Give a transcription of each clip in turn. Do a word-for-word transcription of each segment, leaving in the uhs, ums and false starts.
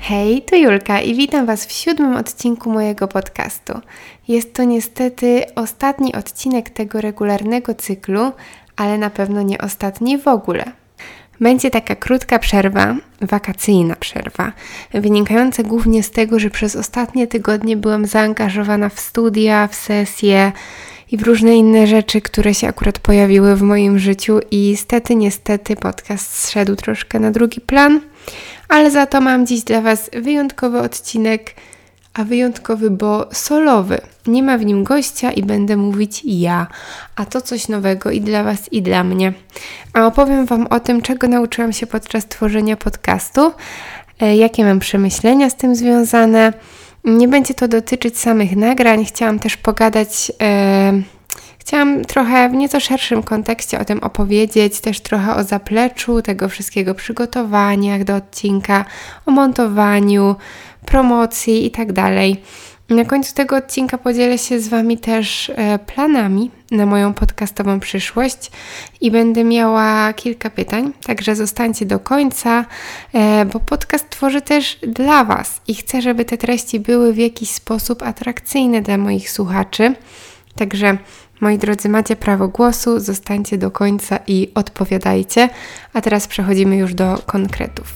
Hej, to Julka i witam Was w siódmym odcinku mojego podcastu. Jest to niestety ostatni odcinek tego regularnego cyklu, ale na pewno nie ostatni w ogóle. Będzie taka krótka przerwa, wakacyjna przerwa, wynikająca głównie z tego, że przez ostatnie tygodnie byłam zaangażowana w studia, w sesje i w różne inne rzeczy, które się akurat pojawiły w moim życiu i niestety, niestety podcast zszedł troszkę na drugi plan, ale za to mam dziś dla Was wyjątkowy odcinek, a wyjątkowy, bo solowy. Nie ma w nim gościa i będę mówić ja, a to coś nowego i dla Was, i dla mnie. A opowiem Wam o tym, czego nauczyłam się podczas tworzenia podcastu, jakie mam przemyślenia z tym związane. Nie będzie to dotyczyć samych nagrań, chciałam też pogadać, e, chciałam trochę w nieco szerszym kontekście o tym opowiedzieć, też trochę o zapleczu tego wszystkiego, przygotowaniach do odcinka, o montowaniu, promocji i tak dalej. Na końcu tego odcinka podzielę się z Wami też e, planami na moją podcastową przyszłość i będę miała kilka pytań, także zostańcie do końca, e, bo podcast tworzę też dla Was i chcę, żeby te treści były w jakiś sposób atrakcyjne dla moich słuchaczy. Także moi drodzy, macie prawo głosu, zostańcie do końca i odpowiadajcie. A teraz przechodzimy już do konkretów.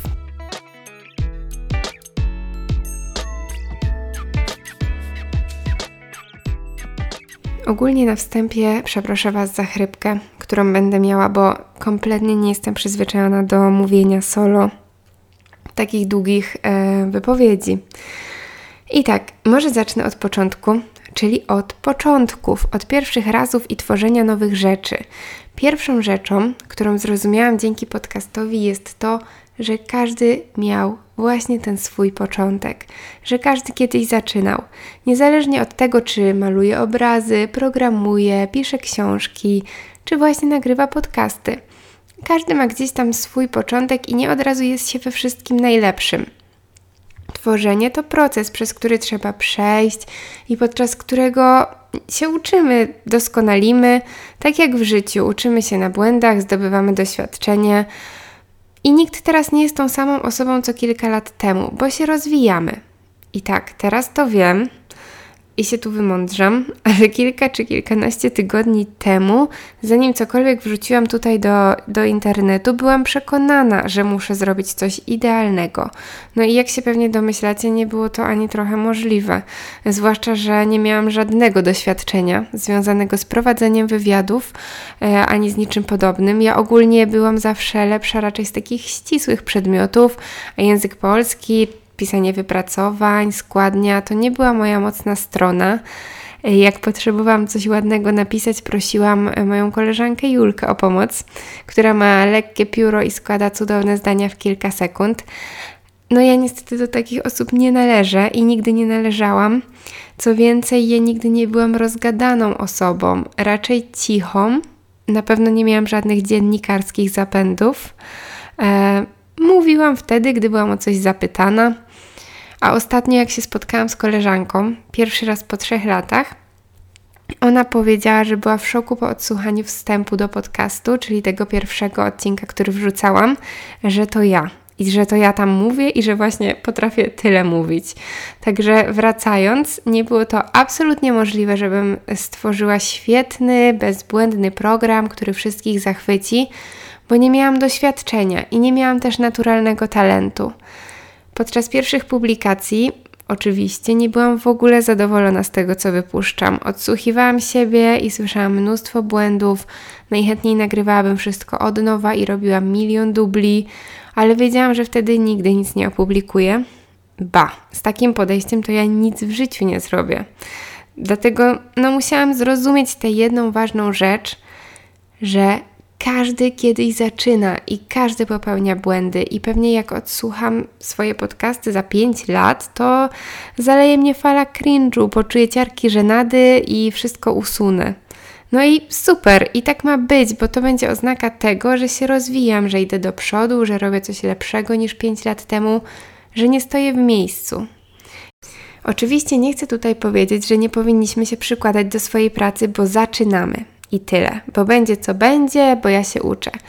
Ogólnie na wstępie przeproszę Was za chrypkę, którą będę miała, bo kompletnie nie jestem przyzwyczajona do mówienia solo, takich długich e, wypowiedzi. I tak, może zacznę od początku, czyli od początków, od pierwszych razów i tworzenia nowych rzeczy. Pierwszą rzeczą, którą zrozumiałam dzięki podcastowi, jest to, że każdy miał właśnie ten swój początek, że każdy kiedyś zaczynał. Niezależnie od tego, czy maluje obrazy, programuje, pisze książki, czy właśnie nagrywa podcasty. Każdy ma gdzieś tam swój początek i nie od razu jest się we wszystkim najlepszym. Tworzenie to proces, przez który trzeba przejść i podczas którego się uczymy, doskonalimy, tak jak w życiu. Uczymy się na błędach, zdobywamy doświadczenie. I nikt teraz nie jest tą samą osobą co kilka lat temu, bo się rozwijamy. I tak, teraz to wiem i się tu wymądrzam, ale kilka czy kilkanaście tygodni temu, zanim cokolwiek wrzuciłam tutaj do, do internetu, byłam przekonana, że muszę zrobić coś idealnego. No i jak się pewnie domyślacie, nie było to ani trochę możliwe. Zwłaszcza, że nie miałam żadnego doświadczenia związanego z prowadzeniem wywiadów, e, ani z niczym podobnym. Ja ogólnie byłam zawsze lepsza raczej z takich ścisłych przedmiotów, a język polski, pisanie wypracowań, składnia, to nie była moja mocna strona. Jak potrzebowałam coś ładnego napisać, prosiłam moją koleżankę Julkę o pomoc, która ma lekkie pióro i składa cudowne zdania w kilka sekund. No ja niestety do takich osób nie należę i nigdy nie należałam. Co więcej, ja nigdy nie byłam rozgadaną osobą, raczej cichą. Na pewno nie miałam żadnych dziennikarskich zapędów. E, mówiłam wtedy, gdy byłam o coś zapytana. A ostatnio jak się spotkałam z koleżanką, pierwszy raz po trzech latach, ona powiedziała, że była w szoku po odsłuchaniu wstępu do podcastu, czyli tego pierwszego odcinka, który wrzucałam, że to ja. I że to ja tam mówię i że właśnie potrafię tyle mówić. Także wracając, nie było to absolutnie możliwe, żebym stworzyła świetny, bezbłędny program, który wszystkich zachwyci, bo nie miałam doświadczenia i nie miałam też naturalnego talentu. Podczas pierwszych publikacji oczywiście nie byłam w ogóle zadowolona z tego, co wypuszczam. Odsłuchiwałam siebie i słyszałam mnóstwo błędów. Najchętniej nagrywałabym wszystko od nowa i robiłam milion dubli, ale wiedziałam, że wtedy nigdy nic nie opublikuję. Ba, z takim podejściem to ja nic w życiu nie zrobię. Dlatego no, musiałam zrozumieć tę jedną ważną rzecz, że każdy kiedyś zaczyna i każdy popełnia błędy i pewnie jak odsłucham swoje podcasty za pięć lat, to zaleje mnie fala cringe'u, poczuję ciarki żenady i wszystko usunę. No i super, i tak ma być, bo to będzie oznaka tego, że się rozwijam, że idę do przodu, że robię coś lepszego niż pięć lat temu, że nie stoję w miejscu. Oczywiście nie chcę tutaj powiedzieć, że nie powinniśmy się przykładać do swojej pracy, bo zaczynamy. I tyle, bo będzie co będzie, bo ja się uczę.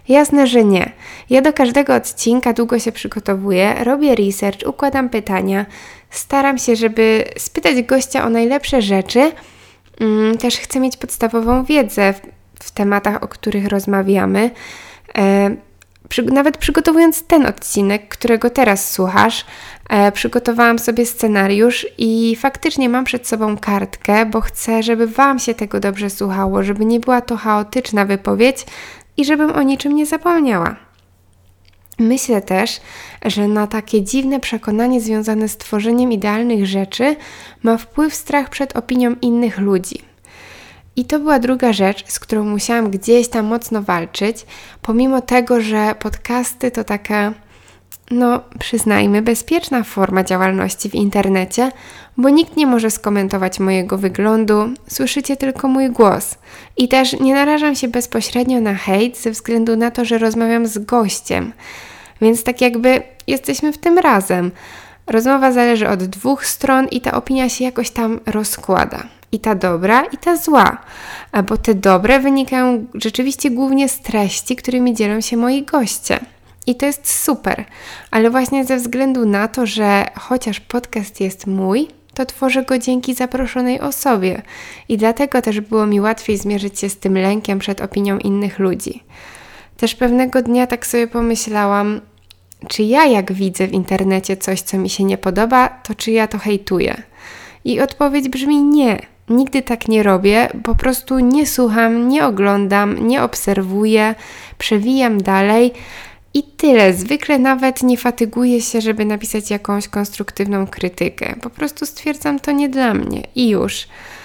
Jasne, że nie. Ja do każdego odcinka długo się przygotowuję, robię research, układam pytania, staram się, żeby spytać gościa o najlepsze rzeczy. Też chcę mieć podstawową wiedzę w, w tematach, o których rozmawiamy. E, przy, nawet przygotowując ten odcinek, którego teraz słuchasz, e, przygotowałam sobie scenariusz i faktycznie mam przed sobą kartkę, bo chcę, żeby Wam się tego dobrze słuchało, żeby nie była to chaotyczna wypowiedź i żebym o niczym nie zapomniała. Myślę też, że na takie dziwne przekonanie związane z tworzeniem idealnych rzeczy ma wpływ strach przed opinią innych ludzi. I to była druga rzecz, z którą musiałam gdzieś tam mocno walczyć, pomimo tego, że podcasty to taka, no przyznajmy, bezpieczna forma działalności w internecie, bo nikt nie może skomentować mojego wyglądu, słyszycie tylko mój głos. I też nie narażam się bezpośrednio na hejt ze względu na to, że rozmawiam z gościem. Więc tak jakby jesteśmy w tym razem. Rozmowa zależy od dwóch stron i ta opinia się jakoś tam rozkłada. I ta dobra, i ta zła. Bo te dobre wynikają rzeczywiście głównie z treści, którymi dzielą się moi goście. I to jest super. Ale właśnie ze względu na to, że chociaż podcast jest mój, to tworzę go dzięki zaproszonej osobie. I dlatego też było mi łatwiej zmierzyć się z tym lękiem przed opinią innych ludzi. Też pewnego dnia tak sobie pomyślałam, czy ja jak widzę w internecie coś, co mi się nie podoba, to czy ja to hejtuję? I odpowiedź brzmi nie. Nigdy tak nie robię, po prostu nie słucham, nie oglądam, nie obserwuję, przewijam dalej i tyle. Zwykle nawet nie fatyguję się, żeby napisać jakąś konstruktywną krytykę. Po prostu stwierdzam, to nie dla mnie i już.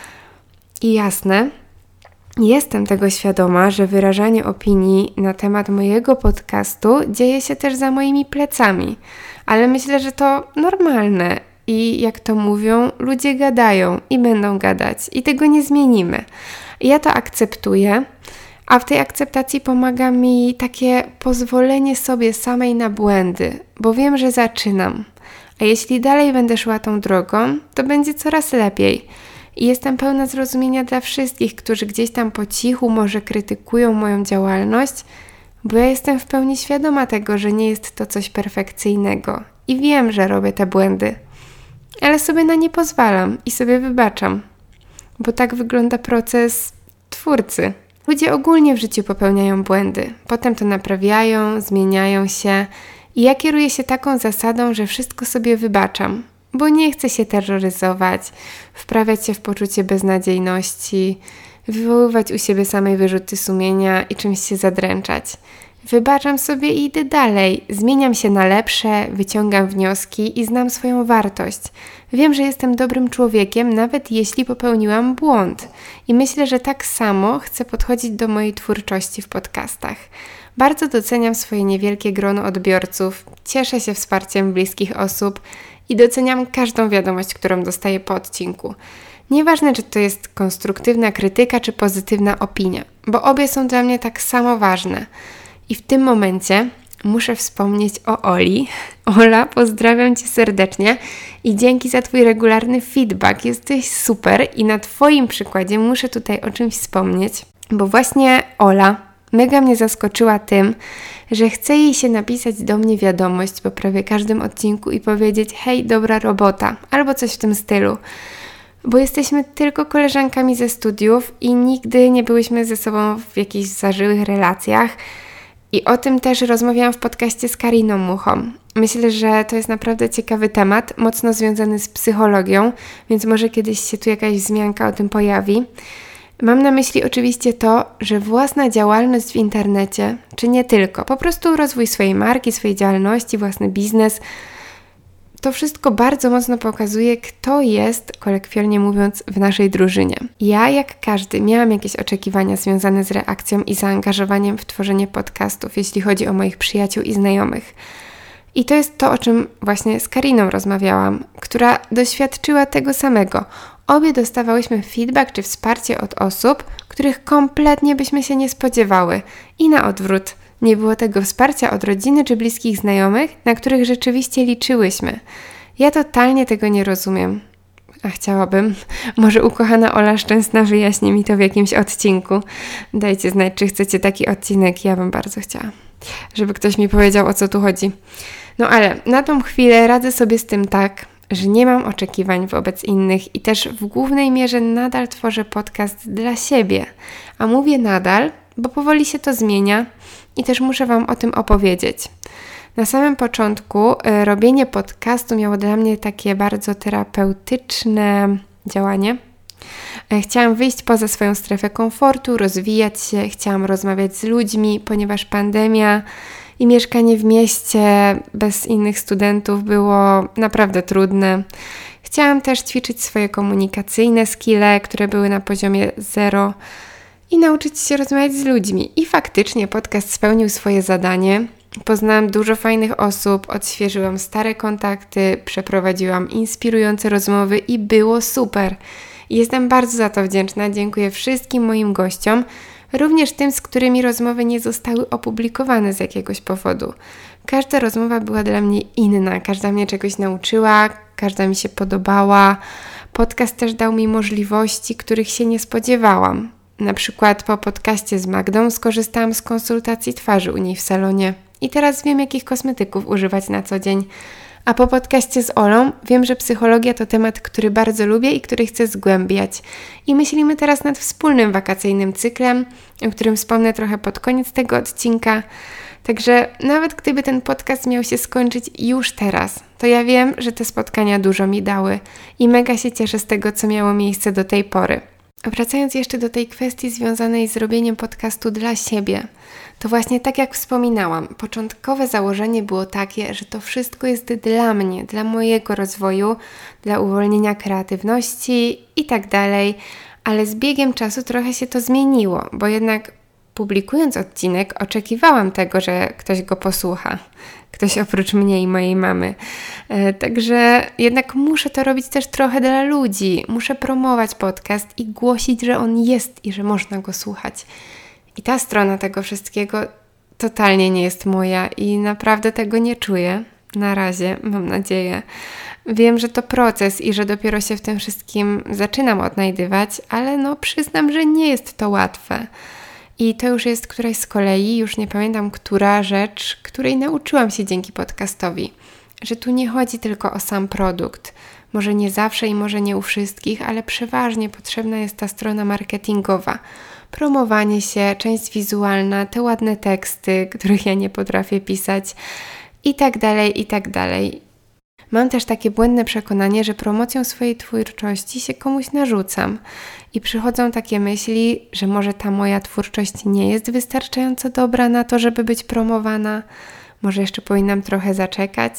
I jasne, jestem tego świadoma, że wyrażanie opinii na temat mojego podcastu dzieje się też za moimi plecami, ale myślę, że to normalne. I jak to mówią, ludzie gadają i będą gadać i tego nie zmienimy. Ja to akceptuję, a w tej akceptacji pomaga mi takie pozwolenie sobie samej na błędy, bo wiem, że zaczynam. A jeśli dalej będę szła tą drogą, to będzie coraz lepiej. I jestem pełna zrozumienia dla wszystkich, którzy gdzieś tam po cichu może krytykują moją działalność, bo ja jestem w pełni świadoma tego, że nie jest to coś perfekcyjnego i wiem, że robię te błędy. Ale sobie na nie pozwalam i sobie wybaczam, bo tak wygląda proces twórcy. Ludzie ogólnie w życiu popełniają błędy, potem to naprawiają, zmieniają się i ja kieruję się taką zasadą, że wszystko sobie wybaczam, bo nie chcę się terroryzować, wprawiać się w poczucie beznadziejności, wywoływać u siebie samej wyrzuty sumienia i czymś się zadręczać. Wybaczam sobie i idę dalej. Zmieniam się na lepsze, wyciągam wnioski i znam swoją wartość. Wiem, że jestem dobrym człowiekiem, nawet jeśli popełniłam błąd. I myślę, że tak samo chcę podchodzić do mojej twórczości w podcastach. Bardzo doceniam swoje niewielkie grono odbiorców, cieszę się wsparciem bliskich osób i doceniam każdą wiadomość, którą dostaję po odcinku. Nieważne, czy to jest konstruktywna krytyka, czy pozytywna opinia, bo obie są dla mnie tak samo ważne. I w tym momencie muszę wspomnieć o Oli. Ola, pozdrawiam Cię serdecznie i dzięki za Twój regularny feedback. Jesteś super i na Twoim przykładzie muszę tutaj o czymś wspomnieć, bo właśnie Ola mega mnie zaskoczyła tym, że chce jej się napisać do mnie wiadomość po prawie każdym odcinku i powiedzieć: hej, dobra robota, albo coś w tym stylu. Bo jesteśmy tylko koleżankami ze studiów i nigdy nie byłyśmy ze sobą w jakichś zażyłych relacjach. I o tym też rozmawiałam w podcaście z Kariną Muchą. Myślę, że to jest naprawdę ciekawy temat, mocno związany z psychologią, więc może kiedyś się tu jakaś wzmianka o tym pojawi. Mam na myśli oczywiście to, że własna działalność w internecie, czy nie tylko, po prostu rozwój swojej marki, swojej działalności, własny biznes, to wszystko bardzo mocno pokazuje, kto jest, kolokwialnie mówiąc, w naszej drużynie. Ja, jak każdy, miałam jakieś oczekiwania związane z reakcją i zaangażowaniem w tworzenie podcastów, jeśli chodzi o moich przyjaciół i znajomych. I to jest to, o czym właśnie z Kariną rozmawiałam, która doświadczyła tego samego. Obie dostawałyśmy feedback czy wsparcie od osób, których kompletnie byśmy się nie spodziewały. I na odwrót. Nie było tego wsparcia od rodziny czy bliskich znajomych, na których rzeczywiście liczyłyśmy. Ja totalnie tego nie rozumiem. a chciałabym. Może ukochana Ola Szczęsna wyjaśni mi to w jakimś odcinku. Dajcie znać, czy chcecie taki odcinek. Ja bym bardzo chciała, żeby ktoś mi powiedział, o co tu chodzi. No ale na tą chwilę radzę sobie z tym tak, że nie mam oczekiwań wobec innych i też w głównej mierze nadal tworzę podcast dla siebie. A mówię nadal, bo powoli się to zmienia i też muszę Wam o tym opowiedzieć. Na samym początku y, robienie podcastu miało dla mnie takie bardzo terapeutyczne działanie. Y, chciałam wyjść poza swoją strefę komfortu, rozwijać się, chciałam rozmawiać z ludźmi, ponieważ pandemia i mieszkanie w mieście bez innych studentów było naprawdę trudne. Chciałam też ćwiczyć swoje komunikacyjne skille, które były na poziomie zero i nauczyć się rozmawiać z ludźmi. I faktycznie podcast spełnił swoje zadanie. Poznałam dużo fajnych osób, odświeżyłam stare kontakty, przeprowadziłam inspirujące rozmowy i było super. I jestem bardzo za to wdzięczna. Dziękuję wszystkim moim gościom, również tym, z którymi rozmowy nie zostały opublikowane z jakiegoś powodu. Każda rozmowa była dla mnie inna, każda mnie czegoś nauczyła, każda mi się podobała. Podcast też dał mi możliwości, których się nie spodziewałam. Na przykład po podcaście z Magdą skorzystałam z konsultacji twarzy u niej w salonie i teraz wiem, jakich kosmetyków używać na co dzień. A po podcaście z Olą wiem, że psychologia to temat, który bardzo lubię i który chcę zgłębiać. I myślimy teraz nad wspólnym wakacyjnym cyklem, o którym wspomnę trochę pod koniec tego odcinka. Także nawet gdyby ten podcast miał się skończyć już teraz, to ja wiem, że te spotkania dużo mi dały i mega się cieszę z tego, co miało miejsce do tej pory. Wracając jeszcze do tej kwestii związanej z robieniem podcastu dla siebie, to właśnie tak jak wspominałam, początkowe założenie było takie, że to wszystko jest dla mnie, dla mojego rozwoju, dla uwolnienia kreatywności i tak dalej, ale z biegiem czasu trochę się to zmieniło, bo jednak publikując odcinek oczekiwałam tego, że ktoś go posłucha. Ktoś oprócz mnie i mojej mamy. E, także jednak muszę to robić też trochę dla ludzi. Muszę promować podcast i głosić, że on jest i że można go słuchać. I ta strona tego wszystkiego totalnie nie jest moja i naprawdę tego nie czuję. Na razie, mam nadzieję. Wiem, że to proces i że dopiero się w tym wszystkim zaczynam odnajdywać, ale no przyznam, że nie jest to łatwe. I to już jest któraś z kolei, już nie pamiętam, która rzecz, której nauczyłam się dzięki podcastowi. Że tu nie chodzi tylko o sam produkt. Może nie zawsze i może nie u wszystkich, ale przeważnie potrzebna jest ta strona marketingowa. Promowanie się, część wizualna, te ładne teksty, których ja nie potrafię pisać i tak dalej, i tak dalej. Mam też takie błędne przekonanie, że promocją swojej twórczości się komuś narzucam i przychodzą takie myśli, że może ta moja twórczość nie jest wystarczająco dobra na to, żeby być promowana, może jeszcze powinnam trochę zaczekać.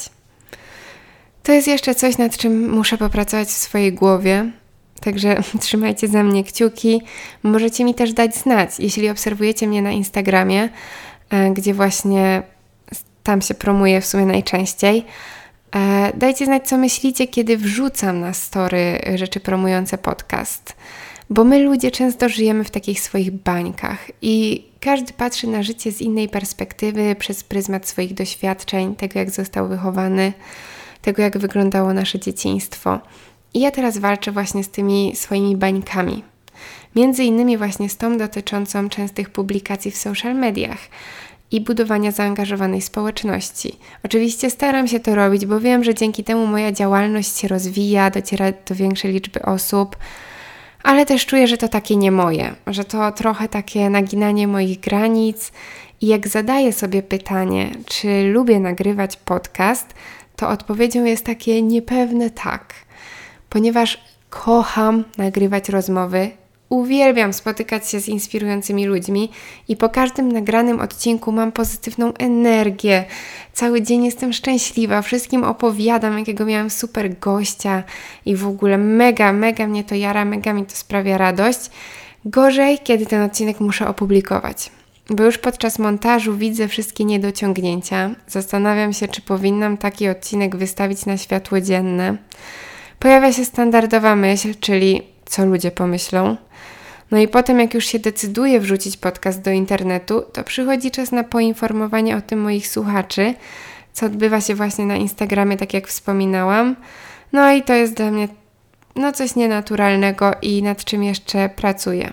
To jest jeszcze coś, nad czym muszę popracować w swojej głowie, także trzymajcie za mnie kciuki. Możecie mi też dać znać, jeśli obserwujecie mnie na Instagramie, gdzie właśnie tam się promuję w sumie najczęściej. Dajcie znać, co myślicie, kiedy wrzucam na story rzeczy promujące podcast. Bo my ludzie często żyjemy w takich swoich bańkach i każdy patrzy na życie z innej perspektywy, przez pryzmat swoich doświadczeń, tego jak został wychowany, tego jak wyglądało nasze dzieciństwo. I ja teraz walczę właśnie z tymi swoimi bańkami. Między innymi właśnie z tą dotyczącą częstych publikacji w social mediach i budowania zaangażowanej społeczności. Oczywiście staram się to robić, bo wiem, że dzięki temu moja działalność się rozwija, dociera do większej liczby osób, ale też czuję, że to takie nie moje, że to trochę takie naginanie moich granic i jak zadaję sobie pytanie, czy lubię nagrywać podcast, to odpowiedzią jest takie niepewne tak, ponieważ kocham nagrywać rozmowy, uwielbiam spotykać się z inspirującymi ludźmi i po każdym nagranym odcinku mam pozytywną energię. Cały dzień jestem szczęśliwa, wszystkim opowiadam, jakiego miałam super gościa i w ogóle mega, mega mnie to jara, mega mi to sprawia radość. Gorzej, kiedy ten odcinek muszę opublikować, bo już podczas montażu widzę wszystkie niedociągnięcia. Zastanawiam się, czy powinnam taki odcinek wystawić na światło dzienne. Pojawia się standardowa myśl, czyli co ludzie pomyślą. No i potem, jak już się decyduję wrzucić podcast do internetu, to przychodzi czas na poinformowanie o tym moich słuchaczy, co odbywa się właśnie na Instagramie, tak jak wspominałam. No i to jest dla mnie no coś nienaturalnego i nad czym jeszcze pracuję.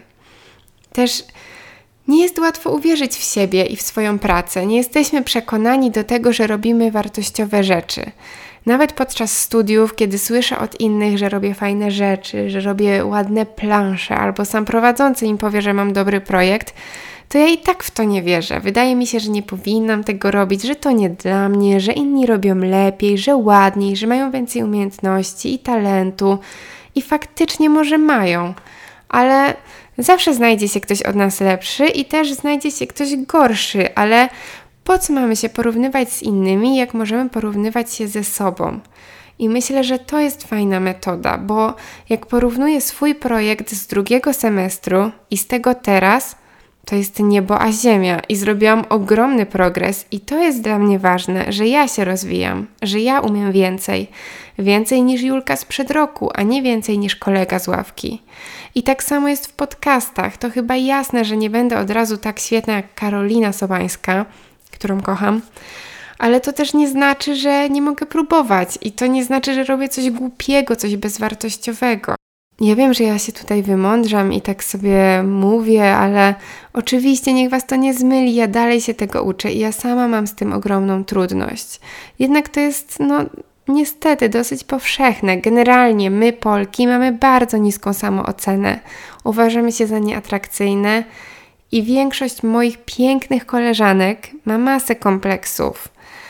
Też nie jest łatwo uwierzyć w siebie i w swoją pracę. Nie jesteśmy przekonani do tego, że robimy wartościowe rzeczy. Nawet podczas studiów, kiedy słyszę od innych, że robię fajne rzeczy, że robię ładne plansze, albo sam prowadzący im powie, że mam dobry projekt, to ja i tak w to nie wierzę. Wydaje mi się, że nie powinnam tego robić, że to nie dla mnie, że inni robią lepiej, że ładniej, że mają więcej umiejętności i talentu. I faktycznie może mają, ale zawsze znajdzie się ktoś od nas lepszy i też znajdzie się ktoś gorszy, ale po co mamy się porównywać z innymi, jak możemy porównywać się ze sobą? I myślę, że to jest fajna metoda, bo jak porównuję swój projekt z drugiego semestru i z tego teraz, to jest niebo a ziemia i zrobiłam ogromny progres i to jest dla mnie ważne, że ja się rozwijam, że ja umiem więcej. Więcej niż Julka sprzed roku, a nie więcej niż kolega z ławki. I tak samo jest w podcastach. To chyba jasne, że nie będę od razu tak świetna jak Karolina Sobańska, którą kocham, ale to też nie znaczy, że nie mogę próbować i to nie znaczy, że robię coś głupiego, coś bezwartościowego. Ja wiem, że ja się tutaj wymądrzam i tak sobie mówię, ale oczywiście niech was to nie zmyli, ja dalej się tego uczę i ja sama mam z tym ogromną trudność. Jednak to jest, no niestety, dosyć powszechne. Generalnie my, Polki, mamy bardzo niską samoocenę. Uważamy się za nieatrakcyjne i większość moich pięknych koleżanek ma masę kompleksów.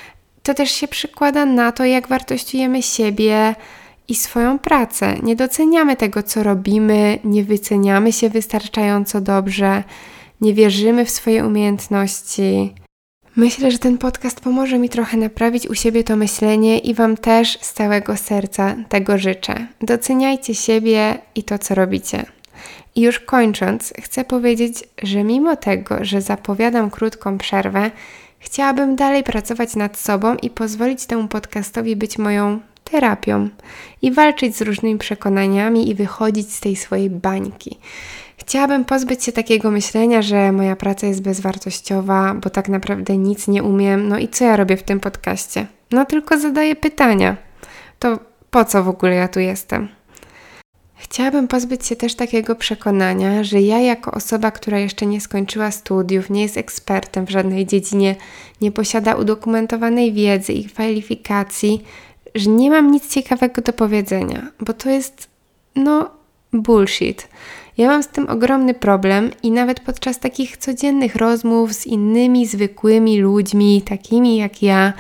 To też się przekłada na to, jak wartościujemy siebie i swoją pracę. Nie doceniamy tego, co robimy, nie wyceniamy się wystarczająco dobrze, nie wierzymy w swoje umiejętności. Myślę, że ten podcast pomoże mi trochę naprawić u siebie to myślenie i wam też z całego serca tego życzę. Doceniajcie siebie i to, co robicie. I już kończąc, chcę powiedzieć, że mimo tego, że zapowiadam krótką przerwę, chciałabym dalej pracować nad sobą i pozwolić temu podcastowi być moją terapią i walczyć z różnymi przekonaniami i wychodzić z tej swojej bańki. Chciałabym pozbyć się takiego myślenia, że moja praca jest bezwartościowa, bo tak naprawdę nic nie umiem. No i co ja robię w tym podcaście? No tylko zadaję pytania. To po co w ogóle ja tu jestem? Chciałabym pozbyć się też takiego przekonania, że ja jako osoba, która jeszcze nie skończyła studiów, nie jest ekspertem w żadnej dziedzinie, nie posiada udokumentowanej wiedzy i kwalifikacji, że nie mam nic ciekawego do powiedzenia, bo to jest, no, bullshit. Ja mam z tym ogromny problem i nawet podczas takich codziennych rozmów z innymi zwykłymi ludźmi, takimi jak ja,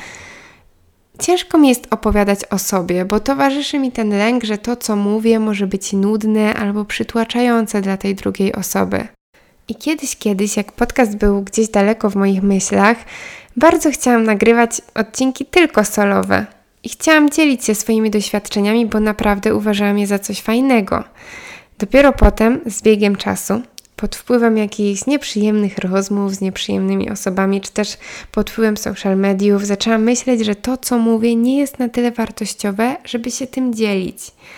ciężko mi jest opowiadać o sobie, bo towarzyszy mi ten lęk, że to, co mówię, może być nudne albo przytłaczające dla tej drugiej osoby. I kiedyś, kiedyś, jak podcast był gdzieś daleko w moich myślach, bardzo chciałam nagrywać odcinki tylko solowe. I chciałam dzielić się swoimi doświadczeniami, bo naprawdę uważałam je za coś fajnego. Dopiero potem, z biegiem czasu, pod wpływem jakichś nieprzyjemnych rozmów z nieprzyjemnymi osobami, czy też pod wpływem social mediów, zaczęłam myśleć, że to, co mówię, nie jest na tyle wartościowe, żeby się tym dzielić.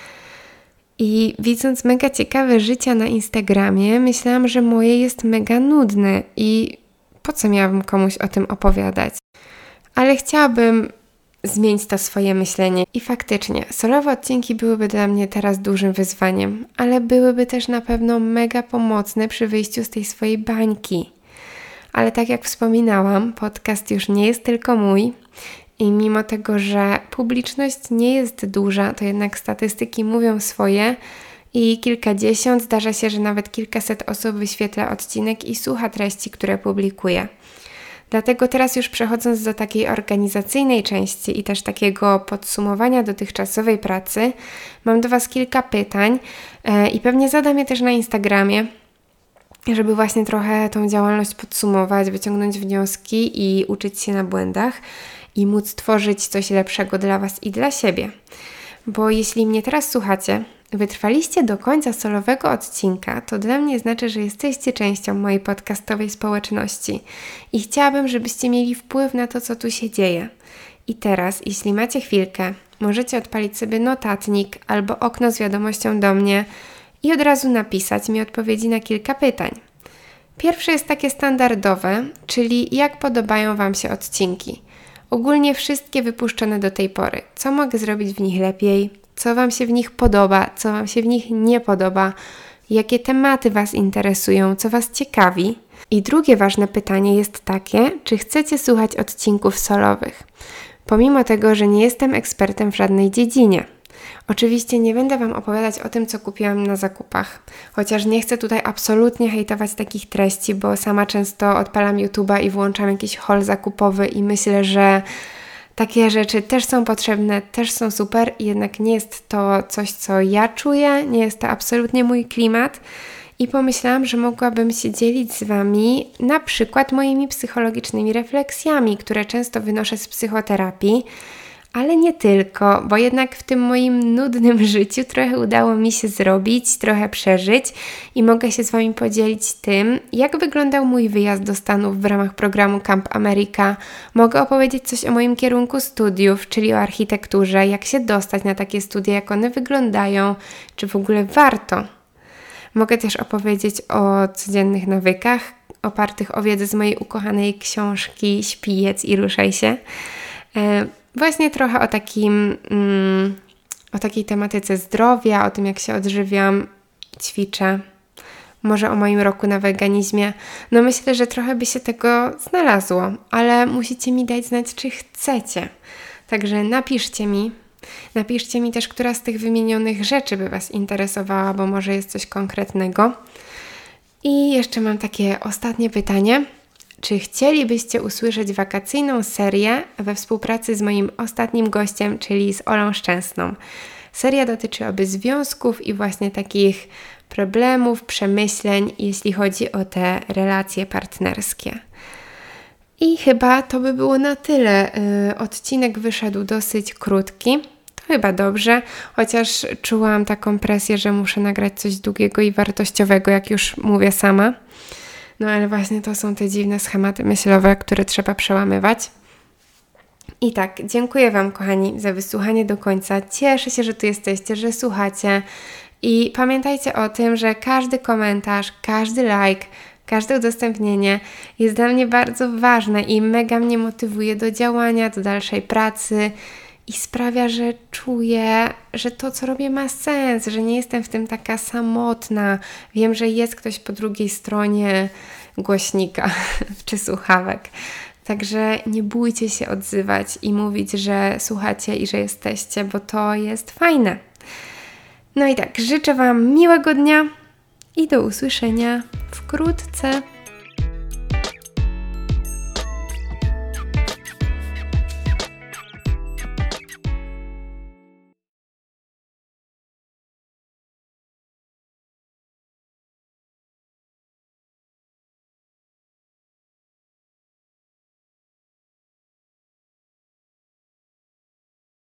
I widząc mega ciekawe życia na Instagramie, myślałam, że moje jest mega nudne i po co miałabym komuś o tym opowiadać? Ale chciałabym zmienić to swoje myślenie. I faktycznie, solowe odcinki byłyby dla mnie teraz dużym wyzwaniem, ale byłyby też na pewno mega pomocne przy wyjściu z tej swojej bańki. Ale tak jak wspominałam, podcast już nie jest tylko mój i mimo tego, że publiczność nie jest duża, to jednak statystyki mówią swoje i kilkadziesiąt, zdarza się, że nawet kilkaset osób wyświetla odcinek i słucha treści, które publikuję. Dlatego teraz już przechodząc do takiej organizacyjnej części i też takiego podsumowania dotychczasowej pracy, mam do Was kilka pytań yy, i pewnie zadam je też na Instagramie, żeby właśnie trochę tą działalność podsumować, wyciągnąć wnioski i uczyć się na błędach i móc tworzyć coś lepszego dla Was i dla siebie. Bo jeśli mnie teraz słuchacie, wytrwaliście do końca solowego odcinka, to dla mnie znaczy, że jesteście częścią mojej podcastowej społeczności i chciałabym, żebyście mieli wpływ na to, co tu się dzieje. I teraz, jeśli macie chwilkę, możecie odpalić sobie notatnik albo okno z wiadomością do mnie i od razu napisać mi odpowiedzi na kilka pytań. Pierwsze jest takie standardowe, czyli jak podobają Wam się odcinki. Ogólnie wszystkie wypuszczone do tej pory. Co mogę zrobić w nich lepiej? co Wam się w nich podoba, co Wam się w nich nie podoba, jakie tematy Was interesują, co Was ciekawi. I drugie ważne pytanie jest takie, czy chcecie słuchać odcinków solowych? Pomimo tego, że nie jestem ekspertem w żadnej dziedzinie. Oczywiście nie będę Wam opowiadać o tym, co kupiłam na zakupach, chociaż nie chcę tutaj absolutnie hejtować takich treści, bo sama często odpalam YouTube'a i włączam jakiś haul zakupowy i myślę, że takie rzeczy też są potrzebne, też są super, jednak nie jest to coś, co ja czuję, nie jest to absolutnie mój klimat i pomyślałam, że mogłabym się dzielić z Wami na przykład moimi psychologicznymi refleksjami, które często wynoszę z psychoterapii, ale nie tylko, bo jednak w tym moim nudnym życiu trochę udało mi się zrobić, trochę przeżyć i mogę się z Wami podzielić tym, jak wyglądał mój wyjazd do Stanów w ramach programu Camp America. Mogę opowiedzieć coś o moim kierunku studiów, czyli o architekturze, jak się dostać na takie studia, jak one wyglądają, czy w ogóle warto. Mogę też opowiedzieć o codziennych nawykach, opartych o wiedzę z mojej ukochanej książki Śpi, jedz i ruszaj się. E, Właśnie trochę o takim, mm, o takiej tematyce zdrowia, o tym, jak się odżywiam, ćwiczę, może o moim roku na weganizmie. No myślę, że trochę by się tego znalazło, ale musicie mi dać znać, czy chcecie. Także napiszcie mi, napiszcie mi też, która z tych wymienionych rzeczy by Was interesowała, bo może jest coś konkretnego. I jeszcze mam takie ostatnie pytanie. Czy chcielibyście usłyszeć wakacyjną serię we współpracy z moim ostatnim gościem, czyli z Olą Szczęsną? Seria dotyczyłaby związków i właśnie takich problemów, przemyśleń, jeśli chodzi o te relacje partnerskie. I chyba to by było na tyle. Yy, odcinek wyszedł dosyć krótki. To chyba dobrze, chociaż czułam taką presję, że muszę nagrać coś długiego i wartościowego, jak już mówię sama. No ale właśnie to są te dziwne schematy myślowe, które trzeba przełamywać. I tak, dziękuję Wam, kochani, za wysłuchanie do końca. Cieszę się, że tu jesteście, że słuchacie. I pamiętajcie o tym, że każdy komentarz, każdy like, każde udostępnienie jest dla mnie bardzo ważne i mega mnie motywuje do działania, do dalszej pracy i sprawia, że czuję, że to, co robię, ma sens, że nie jestem w tym taka samotna. Wiem, że jest ktoś po drugiej stronie głośnika czy słuchawek. Także nie bójcie się odzywać i mówić, że słuchacie i że jesteście, bo to jest fajne. No i tak, życzę Wam miłego dnia i do usłyszenia wkrótce.